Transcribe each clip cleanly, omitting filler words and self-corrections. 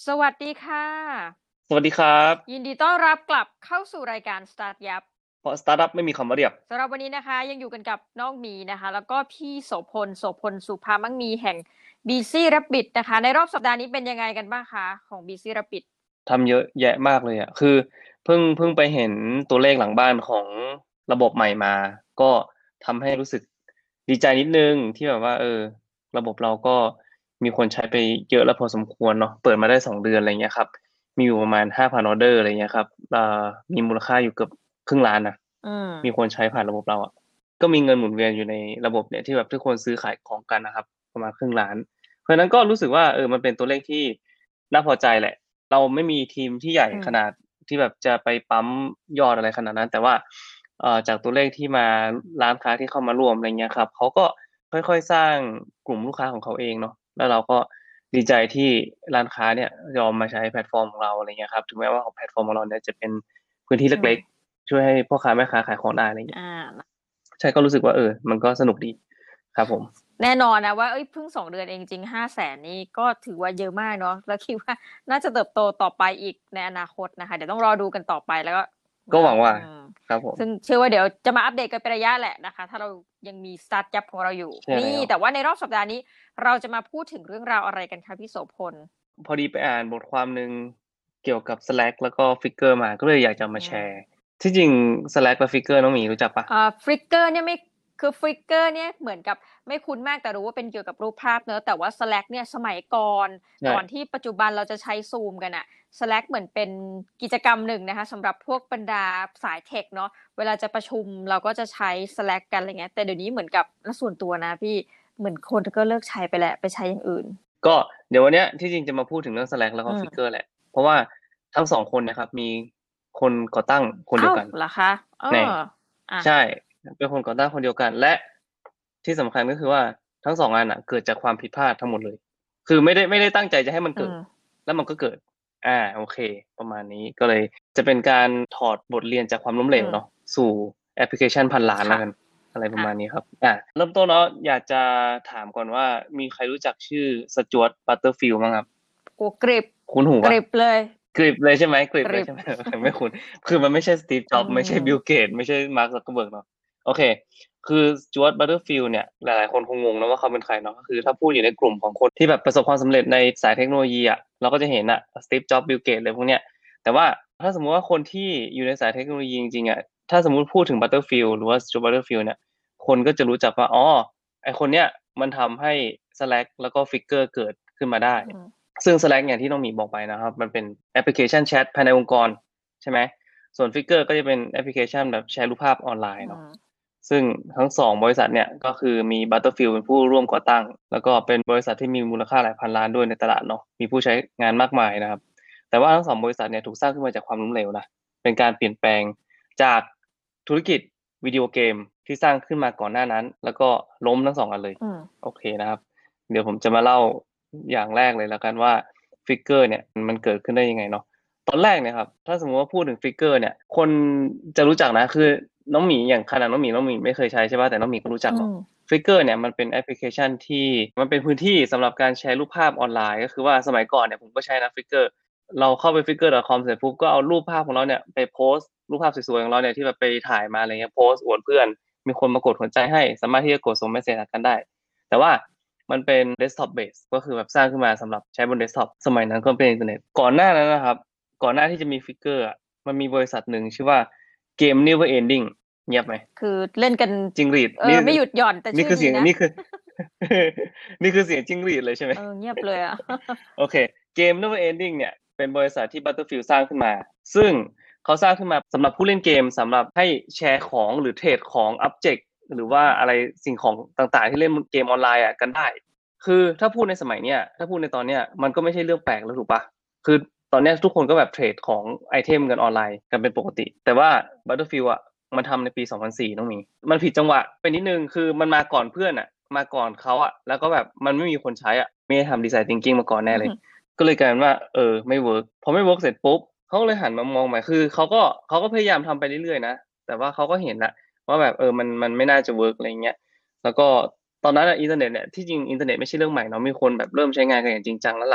สวัสดีค่ะสวัสดีครับยินดีต้อนรับกลับเข้าสู่รายการ Start ยับเพราะสตาร์ทอัพไม่มีคำว่าเรียบสำหรับวันนี้นะคะยังอยู่กันกับน้องหมีนะคะแล้วก็พี่โสพลสุภามั่งมีแห่ง BC Rabbit นะคะในรอบสัปดาห์นี้เป็นยังไงกันบ้างคะของ BC Rabbit ทำเยอะแยะมากเลยอ่ะคือเพิ่งไปเห็นตัวเลขหลังบ้านของระบบใหม่มาก็ทำให้รู้สึกดีใจนิดนึงที่แบบว่าระบบเราก็มีคนใช้ไปเยอะแล้วพอสมควรเนาะเปิดมาได้2 เดือนอะไรเงี้ยครับมีอยู่ประมาณ5,000ออเดอร์อะไรเงี้ยครับมีมูลค่าอยู่เกือบครึ่งล้านนะอืมมีคนใช้ผ่านระบบเราอ่ะก็มีเงินหมุนเวียนอยู่ในระบบเนี่ยที่แบบทุกคนซื้อขายของกันนะครับประมาณครึ่งล้านเพราะฉะนั้นก็รู้สึกว่ามันเป็นตัวเลขที่น่าพอใจแหละ เราไม่มีทีมที่ใหญ่อืมขนาดที่แบบจะไปปั๊มยอดอะไรขนาดนั้นแต่ว่าจากตัวเลขที่มาร้านค้าที่เข้ามาร่วมอะไรเงี้ยครับเขาก็ค่อยๆสร้างกลุ่มลูกค้าของเขาเองเนาะแล้วเราก็ดีใจที่ร้านค้าเนี่ยยอมมาใช้แพลตฟอร์มของเราอะไรเงี้ยครับถึงแม้ว่าของแพลตฟอร์มของเราเนี่ยจะเป็นพื้นที่อืมเล็กๆช่วยให้พ่อค้าแม่ค้าขายของได้อะไรเงี้อ่ยาใช่ก็รู้สึกว่ามันก็สนุกดีครับผมแน่นอนนะว่าเพิ่ง2 เดือนเองจริง500,000นี่ก็ถือว่าเยอะมากเนาะแล้วคิดว่าน่าจะเติบโตต่อไปอีกในอนาคตนะคะเดี๋ยวต้องรอดูกันต่อไปแล้วก็เนาะก็หวังว่ามครับผมซึ่งเชื่อว่าเดี๋ยวจะมาอัปเดตกันเป็นระยะแหละนะคะถ้าเรายังมีสตาร์ทยับของเราอยู่นี่ใช่แล้วแต่ว่าในรอบสัปดาห์นี้เราจะมาพูดถึงเรื่องราวอะไรกันคะพี่โสพลพอดีไปอ่านบทความหนึ่งเกี่ยวกับ Slack แล้วก็ Flickr มาก็เลยอยากจะอืมาแชร์มที่จริง Slack และ Flickr น้องหมีรู้จักปะฟลิกเกอร์เนี่ยไม่คือฟลิกเกอร์เนี่ยเหมือนกับไม่คุ้นมากแต่รู้ว่าเป็นเกี่ยวกับรูปภาพเนอะแต่ว่า Slack เนี่ยสมัยก่อนใช่ก่อนที่ปัจจุบันเราจะใช้ซูมกันอะ Slack เหมือนเป็นกิจกรรมหนึ่งนะคะสำหรับพวกบรรดาสายเทคเนาะเวลาจะประชุมเราก็จะใช้ Slack กันอะไรเงี้ยแต่เดี๋ยวนี้เหมือนกับส่วนตัวนะพี่เหมือนคนก็เลิกใช้ไปแล้วไปใช้อย่างอื่นก็เดี๋ยววันเนี้ยที่จริงจะมาพูดถึงเรื่อง Slack แล้วก็อืม Flickr แหละเพราะว่าทั้งสองคนนะครับมีคนก่อตั้งคนเดีอ้าวยวกันเหรอคะเออแน่อ่ะใช่เป็นคนก่อตั้งคนเดียวกันและที่สำคัญก็คือว่าทั้งสองอันอ่ะเกิดจากความผิดพลาดทั้งหมดเลยคือไม่ได้ตั้งใจจะให้มันเกิดอืมแล้วมันก็เกิดโอเคประมาณนี้ก็เลยจะเป็นการถอดบทเรียนจากความล้มเหอืมลวเนาะสู่แอปพลิเคชันพันล้านแล้ค่ะวกัน อะไรประอ่ะมาณนี้ครับเริ่มต้นเนาะอยากจะถามก่อนว่ามีใครรู้จักชื่อสจ๊วตบัตเตอร์ฟิลด์มั้งครับโอ้กริบคุ้นหูปะกริบเลยกริบเลยใช่ไหมกริกริบบเลยใช่ไหมไม่คุ้นคือมันไม่ใช่สตีฟอืจ็อบส์ไม่ใช่บิลเกมตไม่ใช่มาร์คซักเคอร์เบิร์กเนาะโอเคคือสจ๊วตบัตเตอร์ฟิลด์เนี่ยหลายๆคนคงงงนะว่าเขาเป็นใครเนาะก็คือถ้าพูดอยู่ในกลุ่มของคนที่แบบประสบความสำเร็จในสายเทคโนโลยีอ่ะเราก็จะเห็นอ่ะสตีฟจ็อบส์บิลเกตอะไรพวกเนี้ยแต่ว่าถ้าสมมุติว่าคนที่อยู่ในสายเทคโนโลยีจริงๆอ่ะถ้าสมมุติพูดถึงบัตเตอร์ฟิลด์หรือว่าสจ๊วตบัตเตอร์ฟิลด์เนี่ยคนก็จะรู้จักว่าอ๋อ ไอคนเนี้ยมันทำให้ Slack แล้วก็ Flickr เกิดขึ้นมาได้อืมซึ่ง Slack อย่างที่น้องหมีบอกไปนะครับมันเป็นแอปพลิเคชันแชทภายในองค์กรใช่ไหมส่วน Flickr ก็จะเป็นแอปพลิเคชันแบบแชร์รูปภาพออนไลน์เนาะอืมซึ่งทั้งสองบริษัทเนี่ยก็คือมี Butterfield เป็นผู้ร่วมก่อตั้งแล้วก็เป็นบริษัทที่มีมูลค่าหลายพันล้านด้วยในตลาดเนาะมีผู้ใช้งานมากมายนะครับแต่ว่าทั้งสองบริษัทเนี่ยถูกสร้างขึ้นมาจากความล้มเหลวนะเป็นการเปลี่ยนแปลงจากธุรกิจวิดีโอเกมที่สร้างขึ้นมาก่อนหน้านั้นแล้วก็ล้มทั้งสองอันเลยอืมโอเคนะครับเดี๋ยวผมจะมาเล่าอย่างแรกเลยแล้วกันว่าฟิกเกอร์เนี่ยมันเกิดขึ้นได้ยังไงเนาะตอนแรกเนี่ยครับถ้าสมมติว่าพูดถึงฟิกเกอร์เนี่ยคนจะรู้จักนะคือน้องหมีอย่างขนาดน้องหมีไม่เคยใช้ใช่ป่ะแต่น้องหมีก็รู้จักอืเนาะมฟิกเกอร์เนี่ยมันเป็นแอปพลิเคชันที่มันเป็นพื้นที่สำหรับการแชร์รูปภาพออนไลน์ก็คือว่าสมัยก่อนเนี่ยผมก็ใช้นะฟิกเกอร์เราเข้าไป flickr.com เสร็จปุ๊บก็เอารูปภาพของเราเนี่ยไปโพสต์รูปภาพสวยๆของเราเนี่ยที่แบบไปถ่ายมาอะไรเงี้ยโพสต์อวดเพื่อนมีคนมากดหัวใจให้สามารถที่จะกดส่งเมสเซจหากันได้ แต่ว่ามันเป็น desktop base ก็คือแบบสร้างขึ้นมาสำหรับใช้บน desktop สมัยนั้นก็เป็นอินเทอร์เน็ตก่อนหน้านั้นนะครับก่อนหน้าที่จะมีฟิกเกอร์มันมีบริษัทหนึ่งชื่อว่า Game Never Ending เงียบไหมคือเล่นกันจิงหรีดนี่ไม่หยุดหย่อนแต่นี่คือชื่อดีนะเสียงนี่คือนี่คือเสียงจิงหรีดเลยใช่ไหมเงียบเลยอ่ะโอเคเกม Never Ending เนี่ยเป็นบริษัทที่ Battlefield สร้างขึ้นมาซึ่งเขาสร้างขึ้นมาสำหรับผู้เล่นเกมสำหรับให้แชร์ของหรือเทรดของ Object หรือว่าอะไรสิ่งของต่างๆที่เล่นเกมออนไลน์อ่ะกันได้คือถ้าพูดในสมัยเนี้ยถ้าพูดในตอนเนี้ยมันก็ไม่ใช่เรื่องแปลกแล้วถูกปะคือตอนเนี้ยทุกคนก็แบบเทรดของไอเทมกันออนไลน์กันเป็นปกติแต่ว่า Battlefield อ่ะมันทำในปี2004ต้องมีมันผิดจังหวะเป็นนิดนึงคือมันมาก่อนเพื่อนอ่ะมาก่อนเขาอ่ะแล้วก็แบบมันไม่มีคนใช้อ่ะไม่ได้ทำดีไซน์ทิงกิ้งมาก่อนแน่เลย ก็เลยกลายเป็นว่าไม่เวิร์กพอไม่เวิร์กเสร็จปุ๊บเขาก็เลยหันมามองใหม่คือเขาก็พยายามทำไปเรื่อยๆนะแต่ว่าเขาก็เห็นละว่าแบบมันไม่น่าจะเวิร์กอะไรเงี้ยแล้วก็ตอนนั้นอินเทอร์เน็ตเนี่ยที่จริงอินเทอร์เน็ตไม่ใช่เรื่องใหม่เนาะมีคนแบบเริ่มใช้งานกันอย่างจริงจังแล้วล่ะ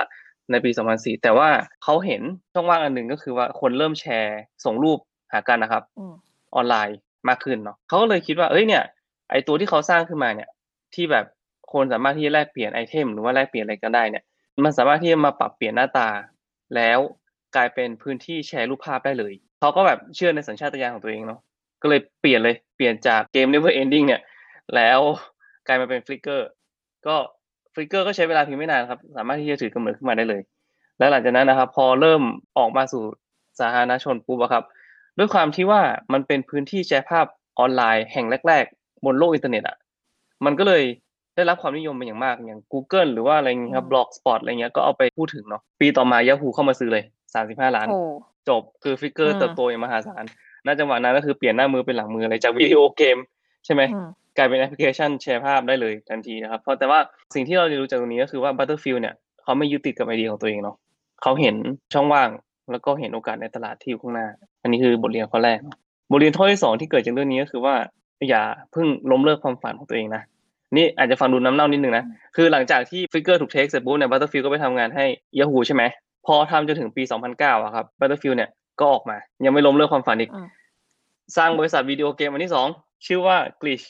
ในปี2004แต่ว่าเขาเห็นช่องว่างอันหนึ่งก็คือว่าคนเริ่มแชร์ส่งรูปหากันนะครับออนไลน์มากขึ้นเนาะเขาก็เลยคิดว่าเอ้ยเนี่ยไอตัวที่เขาสร้างขึ้นมาเนี่ยที่แบบคนสามารถที่จะแลกเปลี่ยนไอเทมหรือว่าแลกเปลี่ยนอะไรกันได้เนี่ยมันสามารถที่จะมาปรับเปลี่ยนหน้าตาแล้วกลายเป็นพื้นที่แชร์รูปภาพได้เลยเขาก็แบบเชื่อในสัญชาตญาณของตัวเองเนาะก็เลยเปลี่ยนจากเกม Never Ending เนี่ยแล้วกลายมาเป็น Flickr ก็Flickr ก็ใช้เวลาเพียงไม่นานครับสามารถที่จะถือกำเนิดขึ้นมาได้เลยและหลังจากนั้นนะครับพอเริ่มออกมาสู่สาธารณชนปุ๊บครับด้วยความที่ว่ามันเป็นพื้นที่แชร์ภาพออนไลน์แห่งแรกๆบนโลกอินเทอร์เน็ตอ่ะมันก็เลยได้รับความนิยมเป็นอย่างมากอย่าง Google หรือว่าอะไรเงี้ยครับ Blogspot อะไรเงี้ยก็เอาไปพูดถึงเนาะปีต่อมา Yahoo เข้ามาซื้อเลย35ล้านจบคือ Flickr เติบโตอย่างมหาศาลณจังหวะนั้นก็คือเปลี่ยนหน้ามือเป็นหลังมือเลยจากวิดีโอเกมใช่ไหมกลายเป็นแอปพลิเคชันแชร์ภาพได้เลยทันทีนะครับเพราะแต่ว่าสิ่งที่เราเรียนรู้จากตรงนี้ก็คือว่า Butterfield เนี่ยเขาไม่ยึดติดกับไอเดียของตัวเองเนาะเขาเห็นช่องว่างแล้วก็เห็นโอกาสในตลาดที่อยู่ข้างหน้าอันนี้คือบทเรียนข้อแรกบทเรียนข้อที่2ที่เกิดจากเรื่องนี้ก็คือว่าอย่าเพิ่งล้มเลิกความฝันของตัวเองนะนี่อาจจะฟังดูน้ำเน่านิดนึงนะคือหลังจากที่ Flickr ถูกเทคเสร็จปุ๊บเนี่ย Butterfield ก็ไปทำงานให้ Yahoo ใช่ไหมพอทำจนถึงปี2009อะครับ Butterfield เนี่ยก็ออกมายังไม่ล้มเลิกความฝันอีกสร้างบริษัทวิดีโอเกมอันที่2ชื่อว่า Glitch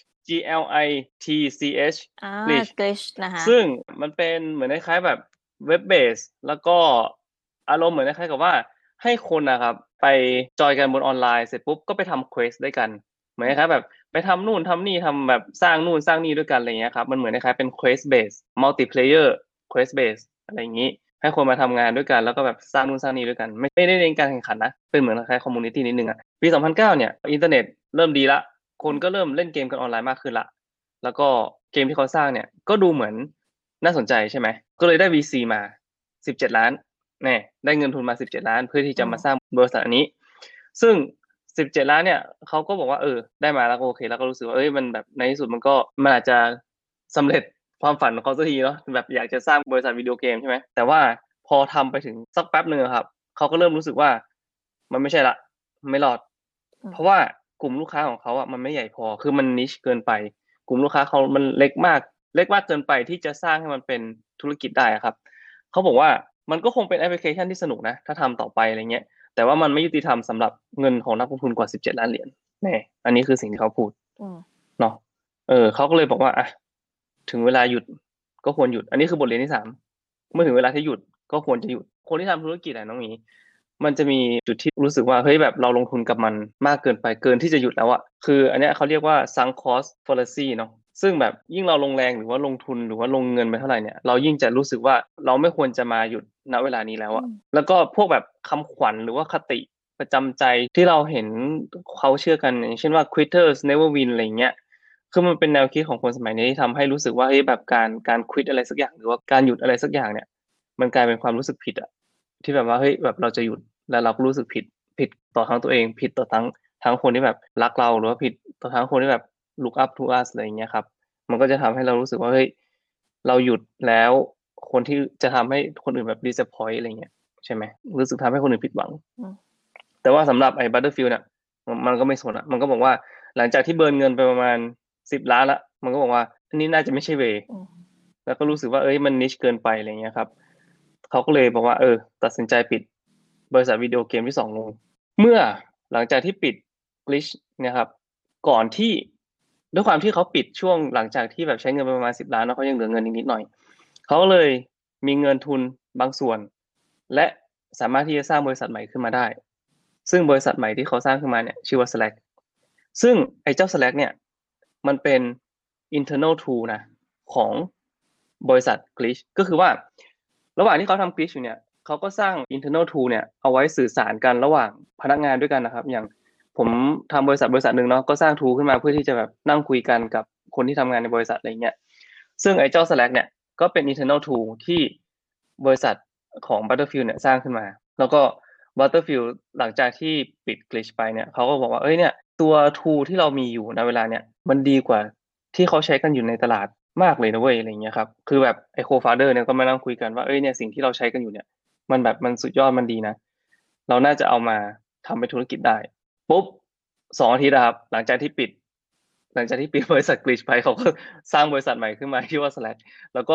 Glitch Glitch นะคะซึ่งมันเป็นเหมือนคล้ายๆแบบเว็บเบสแล้วก็อารมณ์เหมือนคล้ายๆกับว่าให้คนนะครับไปจอยกันบนออนไลน์เสร็จปุ๊บก็ไปทำเควสด้วยกันเหมือนคล้ายๆแบบไปทำนู่นทำนี่ทำแบบสร้างนู่นสร้างนี่ด้วยกันอะไรเงี้ยครับมันเหมือนคล้ายๆเป็นเควสเบสมัลติเพลเยอร์เควสเบสอะไรอย่างนี้ให้คนมาทำงานด้วยกันแล้วก็แบบสร้างนู่นสร้างนี่ด้วยกันไม่ได้เน้นการแข่งขันนะเป็นเหมือนคล้ายๆคอมมูนิตี้นิดนึงอ่ะปี2009เนี่ยอินเทอร์เน็ตเริ่มดีละคนก็เริ่มเล่นเกมกันออนไลน์มากขึ้นละแล้วก็เกมที่เขาสร้างเนี่ยก็ดูเหมือนน่าสนใจใช่ไหมก็เลยได้ VC มา17ล้านแน่ได้เงินทุนมา17ล้านเพื่อที่จะมาสร้างบริษัทอันนี้ซึ่ง17ล้านเนี่ยเขาก็บอกว่าได้มาแล้วก็โอเคแล้วก็รู้สึกว่ามันแบบในที่สุดมันอาจจะสำเร็จความฝันของเขาสักทีเนาะแบบอยากจะสร้างบริษัทวิดีโอเกมใช่ไหมแต่ว่าพอทำไปถึงสักแป๊บนึงครับเขาก็เริ่มรู้สึกว่ามันไม่ใช่ละไม่รอดเพราะว่ากลุ่มลูกค้าของเขาอ่ะมันไม่ใหญ่พอคือมันนิชเกินไปกลุ่มลูกค้าเขามันเล็กมากเกินไปที่จะสร้างให้มันเป็นธุรกิจได้ครับเขาบอกว่ามันก็คงเป็นแอปพลิเคชันที่สนุกนะถ้าทำต่อไปอะไรเงี้ยแต่ว่ามันไม่ยุติธรรมสำหรับเงินของนักลงทุนกว่า17ล้านเหรียญแน่อันนี้คือสิ่งที่เขาพูดเนาะเขาก็เลยบอกว่าอ่ะถึงเวลาหยุดก็ควรหยุดอันนี้คือบทเรียนที่3เมื่อถึงเวลาที่หยุดก็ควรจะหยุดคนที่ทำธุรกิจน้องหมีมันจะมีจุดที่รู้สึกว่าเฮ้ยแบบเราลงทุนกับมันมากเกินไปเกินที่จะหยุดแล้วอะคืออันนี้เขาเรียกว่า sunk cost fallacy เนาะซึ่งแบบยิ่งเราลงแรงหรือว่าลงทุนหรือว่าลงเงินไปเท่าไหร่เนี่ยเรายิ่งจะรู้สึกว่าเราไม่ควรจะมาหยุดณเวลานี้แล้วอะแล้วก็พวกแบบคำขวัญหรือว่าคติประจำใจที่เราเห็นเขาเชื่อกันอย่างเช่นว่า quitters never win อะไรเงี้ยคือมันเป็นแนวคิดของคนสมัยนี้ที่ทำให้รู้สึกว่าเฮ้ยแบบการควิตอะไรสักอย่างหรือว่าการหยุดอะไรสักอย่างเนี่ยมันกลายเป็นความรู้สึกผิดอะที่แบบว่าเฮ้ยแบบเราจะหยุดแล้วเราก็รู้สึกผิดต่อทั้งตัวเองผิดต่อทั้งคนที่แบบรักเราหรือว่าผิดต่อทั้งคนที่แบบ look up to us อะไรอย่างเงี้ยครับมันก็จะทำให้เรารู้สึกว่าเฮ้ยเราหยุดแล้วคนที่จะทำให้คนอื่นแบบ disappoint อะไรเงี้ยใช่ไหมรู้สึกทำให้คนอื่นผิดหวังแต่ว่าสำหรับไอ้ Butterfield เนี่ยมันก็ไม่สนอ่ะมันก็บอกว่าหลังจากที่เบิร์นเงินไปประมาณ10ล้านละมันก็บอกว่าอันนี้น่าจะไม่ใช่เวแล้วก็รู้สึกว่ามันนิชเกินไปอะไรเงี้ยครับเขาก็เลยบอกว่าตัดสินใจปิดบริษัทวิดีโอเกมที่2ลงเมื่อหลังจากที่ปิด Glitch เนี่ยครับก่อนที่ด้วยความที่เขาปิดช่วงหลังจากที่แบบใช้เงินไปประมาณ10ล้านแล้วเขายังเหลือเงินนิดหน่อยเขาเลยมีเงินทุนบางส่วนและสามารถที่จะสร้างบริษัทใหม่ขึ้นมาได้ซึ่งบริษัทใหม่ที่เขาสร้างขึ้นมาเนี่ยชื่อว่า Slack ซึ่งไอ้เจ้า Slack เนี่ยมันเป็น internal tool นะของบริษัท Glitch ก็คือว่าระหว่างที่เขาทำ Glitch อยู่เนี่ยเขาก็สร้าง internal tool เนี่ยเอาไว้สื่อสารกันระหว่างพนักงานด้วยกันนะครับอย่างผมทำบริษัทหนึ่งเนาะก็สร้าง tool ขึ้นมาเพื่อที่จะแบบนั่งคุยกันกับคนที่ทำงานในบริษัทอะไรเงี้ยซึ่งไอ้เจ้า Slack เนี่ยก็เป็น internal tool ที่บริษัทของ Butterfield เนี่ยสร้างขึ้นมาแล้วก็ Butterfield หลังจากที่ปิด Glitch ไปเนี่ยเขาก็บอกว่าเนี่ยตัว tool ที่เรามีอยู่ในเวลาเนี่ยมันดีกว่าที่เขาใช้กันอยู่ในตลาดมากเลยนะเว้ยอะไรเงี้ยครับคือแบบไอ้โคฟาวเดอร์เนี่ยก็มานั่งคุยกันว่าเนี่ยสิ่งที่เราใช้กันอยู่เนี่ยมันแบบมันสุดยอดมันดีนะเราน่าจะเอามาทำเป็นธุรกิจได้ปุ๊บ2 อาทิตย์ครับหลังจากที่ปิดบริษัท Glitch ไปเขาก็สร้างบริษัทใหม่ขึ้นมาชื่อว่า Slack แล้วก็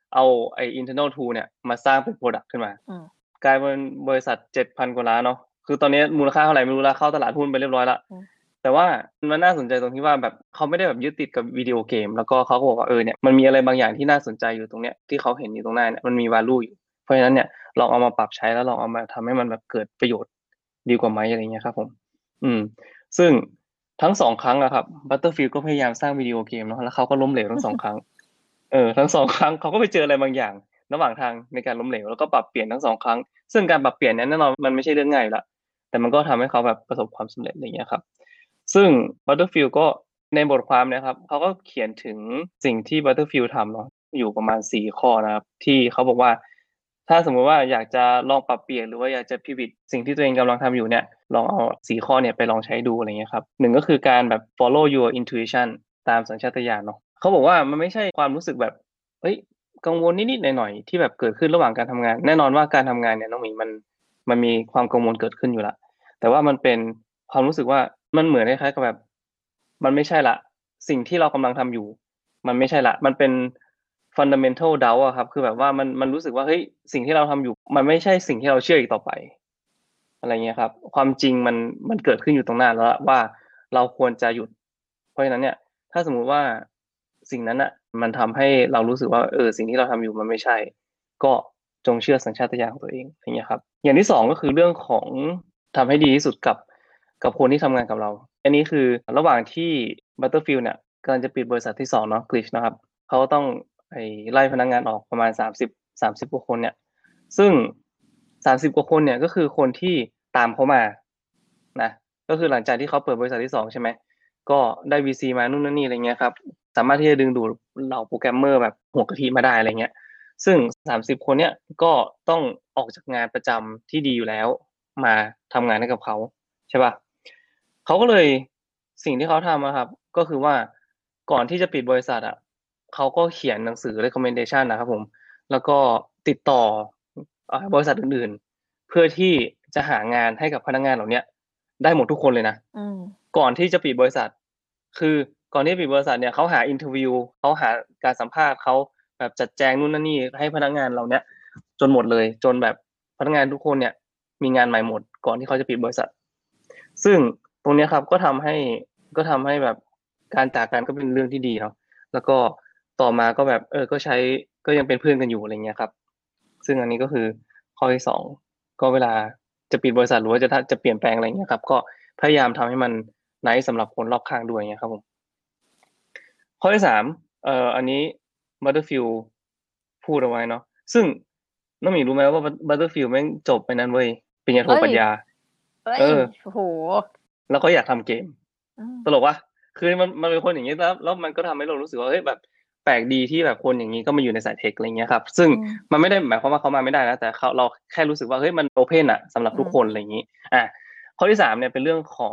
เอาไอ้ internal tool เนี่ยมาสร้างเป็น product ขึ้นมาอืมกลายเป็นบริษัท 7,000 กว่าล้านเนาะคือตอนนี้มูลค่าเท่าไหร่ไม่รู้ละเข้าตลาดหุ้นไปเรียบร้อยละอืมแต่ว่ามันน่าสนใจตรงที่ว่าแบบเขาไม่ได้แบบยึดติดกับวิดีโอเกมแล้วก็เขาก็บอกว่าเนี่ยมันมีอะไรบางอย่างที่น่าสนใจอยู่ตรงเนี้ยที่เขาเห็นอยู่ตรงหน้าเนี่ยมันมี value อยู่เพราะฉะนั้นเนี่ยลองเอามาปรับใช้แล้วลองเอามาทำให้มันแบบเกิดประโยชน์ดีกว่าไหมอะไรเงี้ยครับผมซึ่งทั้งสองครั้งอะครับ Battlefield ก็พยายามสร้างวิดีโอเกมเนาะแล้วเขาก็ล้มเหลวทั้งสองครั้งทั้งสองครั้งเขาก็ไปเจออะไรบางอย่างระหว่างทางในการล้มเหลวแล้วก็ปรับเปลี่ยนทั้งสองครั้งซึ่งการปรับเปลี่ยนเนี่ยแน่นอนมันไม่ใช่เรื่องง่ายอยู่ละแต่มันก็ทำให้เขาแบบประสบความสำเร็จอะไรเงี้ยครับซึ่ง Battlefield ก็ในบทความนะครับเขาก็เขียนถึงสิ่งที่ Battlefield ทำเนาะอยู่ประมาณ4ข้อนะครับที่เขาบอกว่าถ้าสมมุติว่าอยากจะลองปรับเปลี่ยนหรือว่าอยากจะพิวิตสิ่งที่ตัวเองกำลังทำอยู่เนี่ยลองเอา4ข้อเนี่ยไปลองใช้ดูอะไรเงี้ยครับหนึ่งก็คือการแบบ follow your intuition ตามสัญชาตญาณเนาะเขาบอกว่ามันไม่ใช่ความรู้สึกแบบเฮ้ยกังวลนิดๆหน่อยๆที่แบบเกิดขึ้นระหว่างการทำงานแน่นอนว่าการทำงานเนี่ยน้องหมีมันมีความกังวลเกิดขึ้นอยู่ละแต่ว่ามันเป็นความรู้สึกว่ามันเหมือนคล้ายๆกับแบบมันไม่ใช่ละสิ่งที่เรากำลังทำอยู่มันไม่ใช่ละมันเป็น fundamental doubt อะครับคือแบบว่ามันรู้สึกว่าเฮ้ยสิ่งที่เราทำอยู่มันไม่ใช่สิ่งที่เราเชื่ออีกต่อไปอะไรเงี้ยครับความจริงมันเกิดขึ้นอยู่ตรงหน้าแล้วว่าเราควรจะหยุดเพราะฉะนั้นเนี่ยถ้าสมมุติว่าสิ่งนั้นอะมันทำให้เรารู้สึกว่าสิ่งที่เราทำอยู่มันไม่ใช่ก็จงเชื่อสัญชาตญาณของตัวเองอย่างเงี้ยครับอย่างที่สองก็คือเรื่องของทำให้ดีที่สุดกับคนที่ทำงานกับเราอันนี้คือระหว่างที่ Butterfield เนี่ยกำลังจะปิดบริษัทที่สองเนาะ Glitch นะครับเขาต้องไล่พนักงานออกประมาณ30กว่าคนเนี่ยซึ่ง30กว่าคนเนี่ยก็คือคนที่ตามเขามานะก็คือหลังจากที่เขาเปิดบริษัทที่สองใช่ไหมก็ได้ VC มานู่นนั่นนี่อะไรเงี้ยครับสามารถที่จะดึงดูดเหล่าโปรแกรมเมอร์แบบหัวกะทิมาได้อะไรเงี้ยซึ่ง30คนเนี่ยก็ต้องออกจากงานประจำที่ดีอยู่แล้วมาทำงานให้กับเขาใช่ป่ะเขาก็เลยสิ่งที่เขาทำนะครับก็คือว่าก่อนที่จะปิดบริษัทอ่ะเขาก็เขียนหนังสือ recommendation นะครับผมแล้วก็ติดต่อบริษัทอื่นๆเพื่อที่จะหางานให้กับพนักงานเหล่านี้ได้หมดทุกคนเลยนะก่อนที่จะปิดบริษัทคือก่อนที่จะปิดบริษัทเนี่ยเขาหาอินเทอร์วิวเขาหาการสัมภาษณ์เขาแบบจัดแจงนู่นนั่นนี่ให้พนักงานเหล่านี้จนหมดเลยจนแบบพนักงานทุกคนเนี่ยมีงานใหม่หมดก่อนที่เขาจะปิดบริษัทซึ่งตรงนี้ครับก็ทำให้แบบการจากกันก็เป็นเรื่องที่ดีเนาะแล้วก็ต่อมาก็แบบก็ใช้ก็ยังเป็นเพื่อนกันอยู่อะไรเงี้ยครับซึ่งอันนี้ก็คือข้อที่สองก็เวลาจะปิดบริษัทหรือว่าจะเปลี่ยนแปลงอะไรเงี้ยครับก็พยายามทำให้มันไนท์สำหรับคนรอบข้างด้วยเงี้ยครับผมข้อที่สามอันนี้ Butterfield พูดเอาไว้เนาะซึ่งน้องหมีรู้ไหมว่า Butterfield แม่งจบไปนั้นเว้ยปริญญาโทปรัชญาโอ้โหแล้วก็อยากทำเกมตลกวะคือมันเป็นคนอย่างนี้แล้วมันก็ทำให้เรารู้สึกว่าเฮ้ยแบบแปลกดีที่แบบคนอย่างนี้ก็มาอยู่ในสายเทคอะไรเงี้ยครับซึ่งมันไม่ได้หมายความว่าเขามาไม่ได้นะแต่เราแค่รู้สึกว่าเฮ้ยมันโอเพนอะสำหรับทุกคนอะไรอย่างนี้ข้อที่สามเนี่ยเป็นเรื่องของ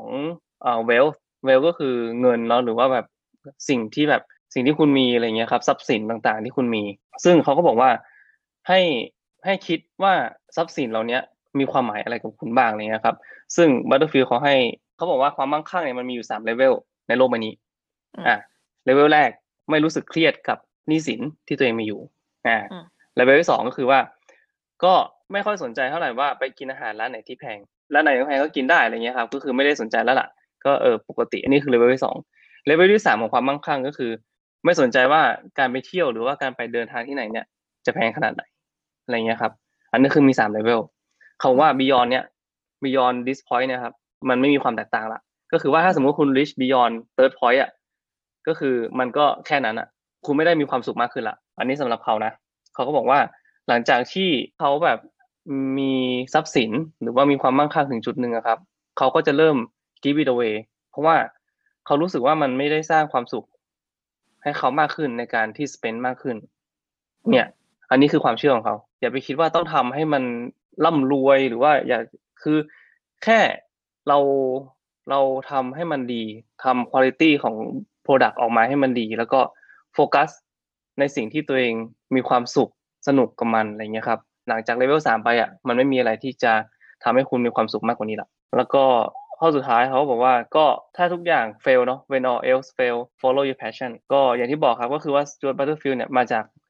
wealth ก็คือเงินเนาะหรือว่าแบบสิ่งที่คุณมีอะไรเงี้ยครับทรัพย์สินต่างๆที่คุณมีซึ่งเขาก็บอกว่าให้คิดว่าทรัพย์สินเหล่านี้มีความหมายอะไรกับคุณบ้างอะไรเงี้ยครับซึ่ง Butterfield เขาบอกว่าความมั่งคั่งเนี่ยมันมีอยู่3เลเวลในโลกใบนี้เลเวลแรกไม่รู้สึกเครียดกับหนี้สินที่ตัวเองมีอยู่เลเวลที่2ก็คือว่าก็ไม่ค่อยสนใจเท่าไหร่ว่าไปกินอาหารร้านไหนที่แพงร้านไหนแพงก็กินได้อะไรเงี้ยครับก็คือไม่ได้สนใจแล้วล่ะก็ปกติอันนี้คือเลเวลที่2เลเวลที่3ของความมั่งคั่งก็คือไม่สนใจว่าการไปเที่ยวหรือว่าการไปเดินทางที่ไหนเนี่ยจะแพงขนาดไหนอะไรเงี้ยครับอันนี้คือมี3เลเวลเขาว่า beyond เนี่ย beyond this point เนี่ยครับมันไม่มีความแตกต่างละก็คือว่าถ้าสมมติคุณ reach beyond third point อ่ะก็คือมันก็แค่นั้นอ่ะคุณไม่ได้มีความสุขมากขึ้นละอันนี้สำหรับเขานะเขาก็บอกว่าหลังจากที่เขาแบบมีทรัพย์สินหรือว่ามีความมั่งคั่งถึงจุดหนึ่งครับเขาก็จะเริ่ม give it away เพราะว่าเขารู้สึกว่ามันไม่ได้สร้างความสุขให้เขามากขึ้นในการที่ spend มากขึ้นเนี่ยอันนี้คือความเชื่อของเขาอย่าไปคิดว่าต้องทำให้มันร่ำรวยหรือว่าอย่าคือแค่เราเราทำให้มันดีทำคุณภาพของ product ออกมาให้มันดีแล้วก็โฟกัสในสิ่งที่ตัวเองมีความสุขสนุกกับมันอะไรเงี้ยครับหลังจากเลเวล3ไปอ่ะมันไม่มีอะไรที่จะทำให้คุณมีความสุขมากกว่านี้ละแล้วก็ข้อสุดท้ายเขาบอกว่าก็ถ้าทุกอย่าง fail เนาะ when all else fail follow your passion ก็อย่างที่บอกครับก็คือว่า Stuart Butterfield เนี่ยมาจาก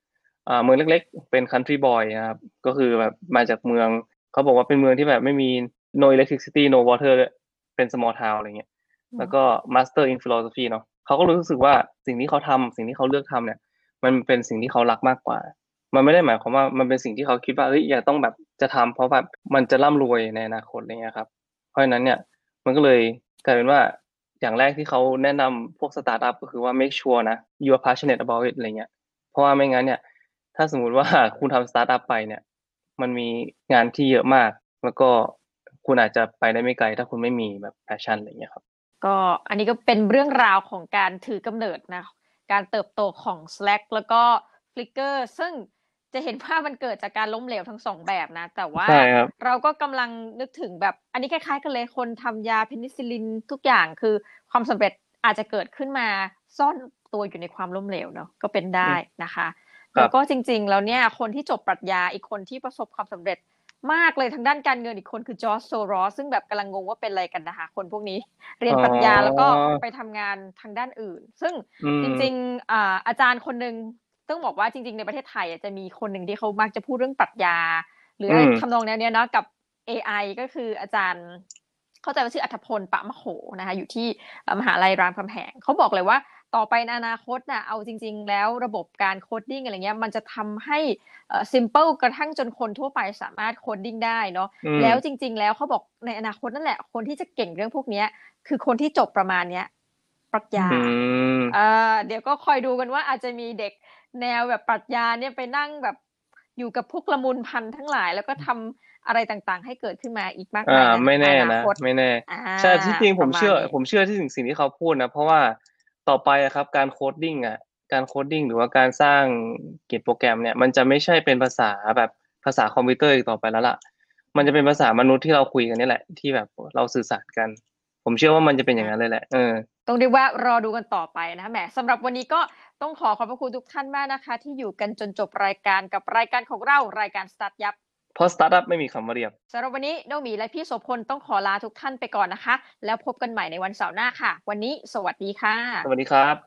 เมืองเล็กๆเป็น country boy นะครับก็คือแบบมาจากเมืองเขาบอกว่าเป็นเมืองที่แบบไม่มี no electricity no water เป็น small town อะไรเงี้ยแล้วก็ master in philosophy เนาะเขาก็รู้สึกว่าสิ่งที่เขาทำสิ่งที่เขาเลือกทำเนี่ยมันเป็นสิ่งที่เขารักมากกว่ามันไม่ได้หมายความว่ามันเป็นสิ่งที่เขาคิดว่าเฮ้ยอยากต้องแบบจะทำเพราะแบบมันจะร่ำรวยในอนาคตอะไรเงี้ยครับเพราะฉะนั้นเนี่ยมันก็เลยกลายเป็นว่าอย่างแรกที่เขาแนะนำพวกสตาร์ทอัพก็คือว่า make sure นะ you are passionate about it อะไรเงี้ยเพราะว่าไม่งั้นเนี่ยถ้าสมมุติว่าคุณทำสตาร์ทอัพไปเนี่ยมันมีงานที่เยอะมากแล้วก็คุณอาจจะไปได้ไม่ไกลถ้าคุณไม่มีแบบ passion อะไรเงี้ยครับก็อันนี้ก็เป็นเรื่องราวของการถือกำเนิดนะการเติบโตของ Slack แล้วก็ Flickr ซึ่งจะเห็นว่ามันเกิดจากการล้มเหลวทั้งสองแบบนะแต่ว่าใช่ครับเราก็กำลังนึกถึงแบบอันนี้คล้ายๆกันเลยคนทำยาเพนิซิลลินทุกอย่างคือความสำเร็จอาจจะเกิดขึ้นมาซ่อนตัวอยู่ในความล้มเหลวเนาะก็เป็นได้นะคะแล้วก็จริงๆแล้วเนี่ยคนที่จบปรัชญาอีกคนที่ประสบความสำเร็จมากเลยทางด้านการเงินอีกคนคือจอร์จโซรอสซึ่งแบบกำลังงงว่าเป็นอะไรกันนะคะคนพวกนี้เรียนปรัชญาแล้วก็ไปทำงานทางด้านอื่นซึ่งจริงๆอาจารย์คนหนึ่งต้องบอกว่าจริงๆในประเทศไทยจะมีคนหนึ่งที่เขามักจะพูดเรื่องปรัชญาหรือทำนองแนวเนี้ยเนาะกับ AI ก็คืออาจารย์เข้าใจว่าชื่ออัธพลปะมะโขนะคะอยู่ที่มหาลัยรามคำแหงเขาบอกเลยว่าต่อไปในอนาคตน่ะเอาจริงๆแล้วระบบการโคดดิ้งอะไรเงี้ยมันจะทำให้simple กระทั่งจนคนทั่วไปสามารถโคดดิ้งได้เนาะแล้วจริงๆแล้วเขาบอกในอนาคตนั่นแหละคนที่จะเก่งเรื่องพวกนี้คือคนที่จบประมาณเนี้ยปรัชญาเดี๋ยวก็คอยดูกันว่าอาจจะมีเด็กแนวแบบปรัชญาเนี่ยไปนั่งแบบอยู่กับพวกละมุนพันธุ์ทั้งหลายแล้วก็ทำอะไรต่างๆให้เกิดขึ้นมาอีกมากมายในไม่แน่อนานะคตไม่แน่ใช่ที่จริงประมาณนี้ผมเชื่อที่สิ่งที่เขาพูดนะเพราะว่าต่อไปอะครับการโคดดิ้งการโคดดิ้งหรือว่าการสร้างเขียนโปรแกรมเนี่ยมันจะไม่ใช่เป็นภาษาแบบภาษาคอมพิวเตอร์อีกต่อไปแล้วล่ะมันจะเป็นภาษามนุษย์ที่เราคุยกันนี่แหละที่แบบเราสื่อสารกันผมเชื่อว่ามันจะเป็นอย่างนั้นเลยแหละต้องเรียกว่ารอดูกันต่อไปนะคะแหมสำหรับวันนี้ก็ต้องขอบพระคุณทุกท่านมากนะคะที่อยู่กันจนจบรายการกับรายการของเรารายการสตาร์ทยับเพราะสตาร์ทอัพไม่มีคำว่าเรียบสำหรับวันนี้น้องหมีและพี่โสพลต้องขอลาทุกท่านไปก่อนนะคะแล้วพบกันใหม่ในวันเสาร์หน้าค่ะวันนี้สวัสดีค่ะสวัสดีครับ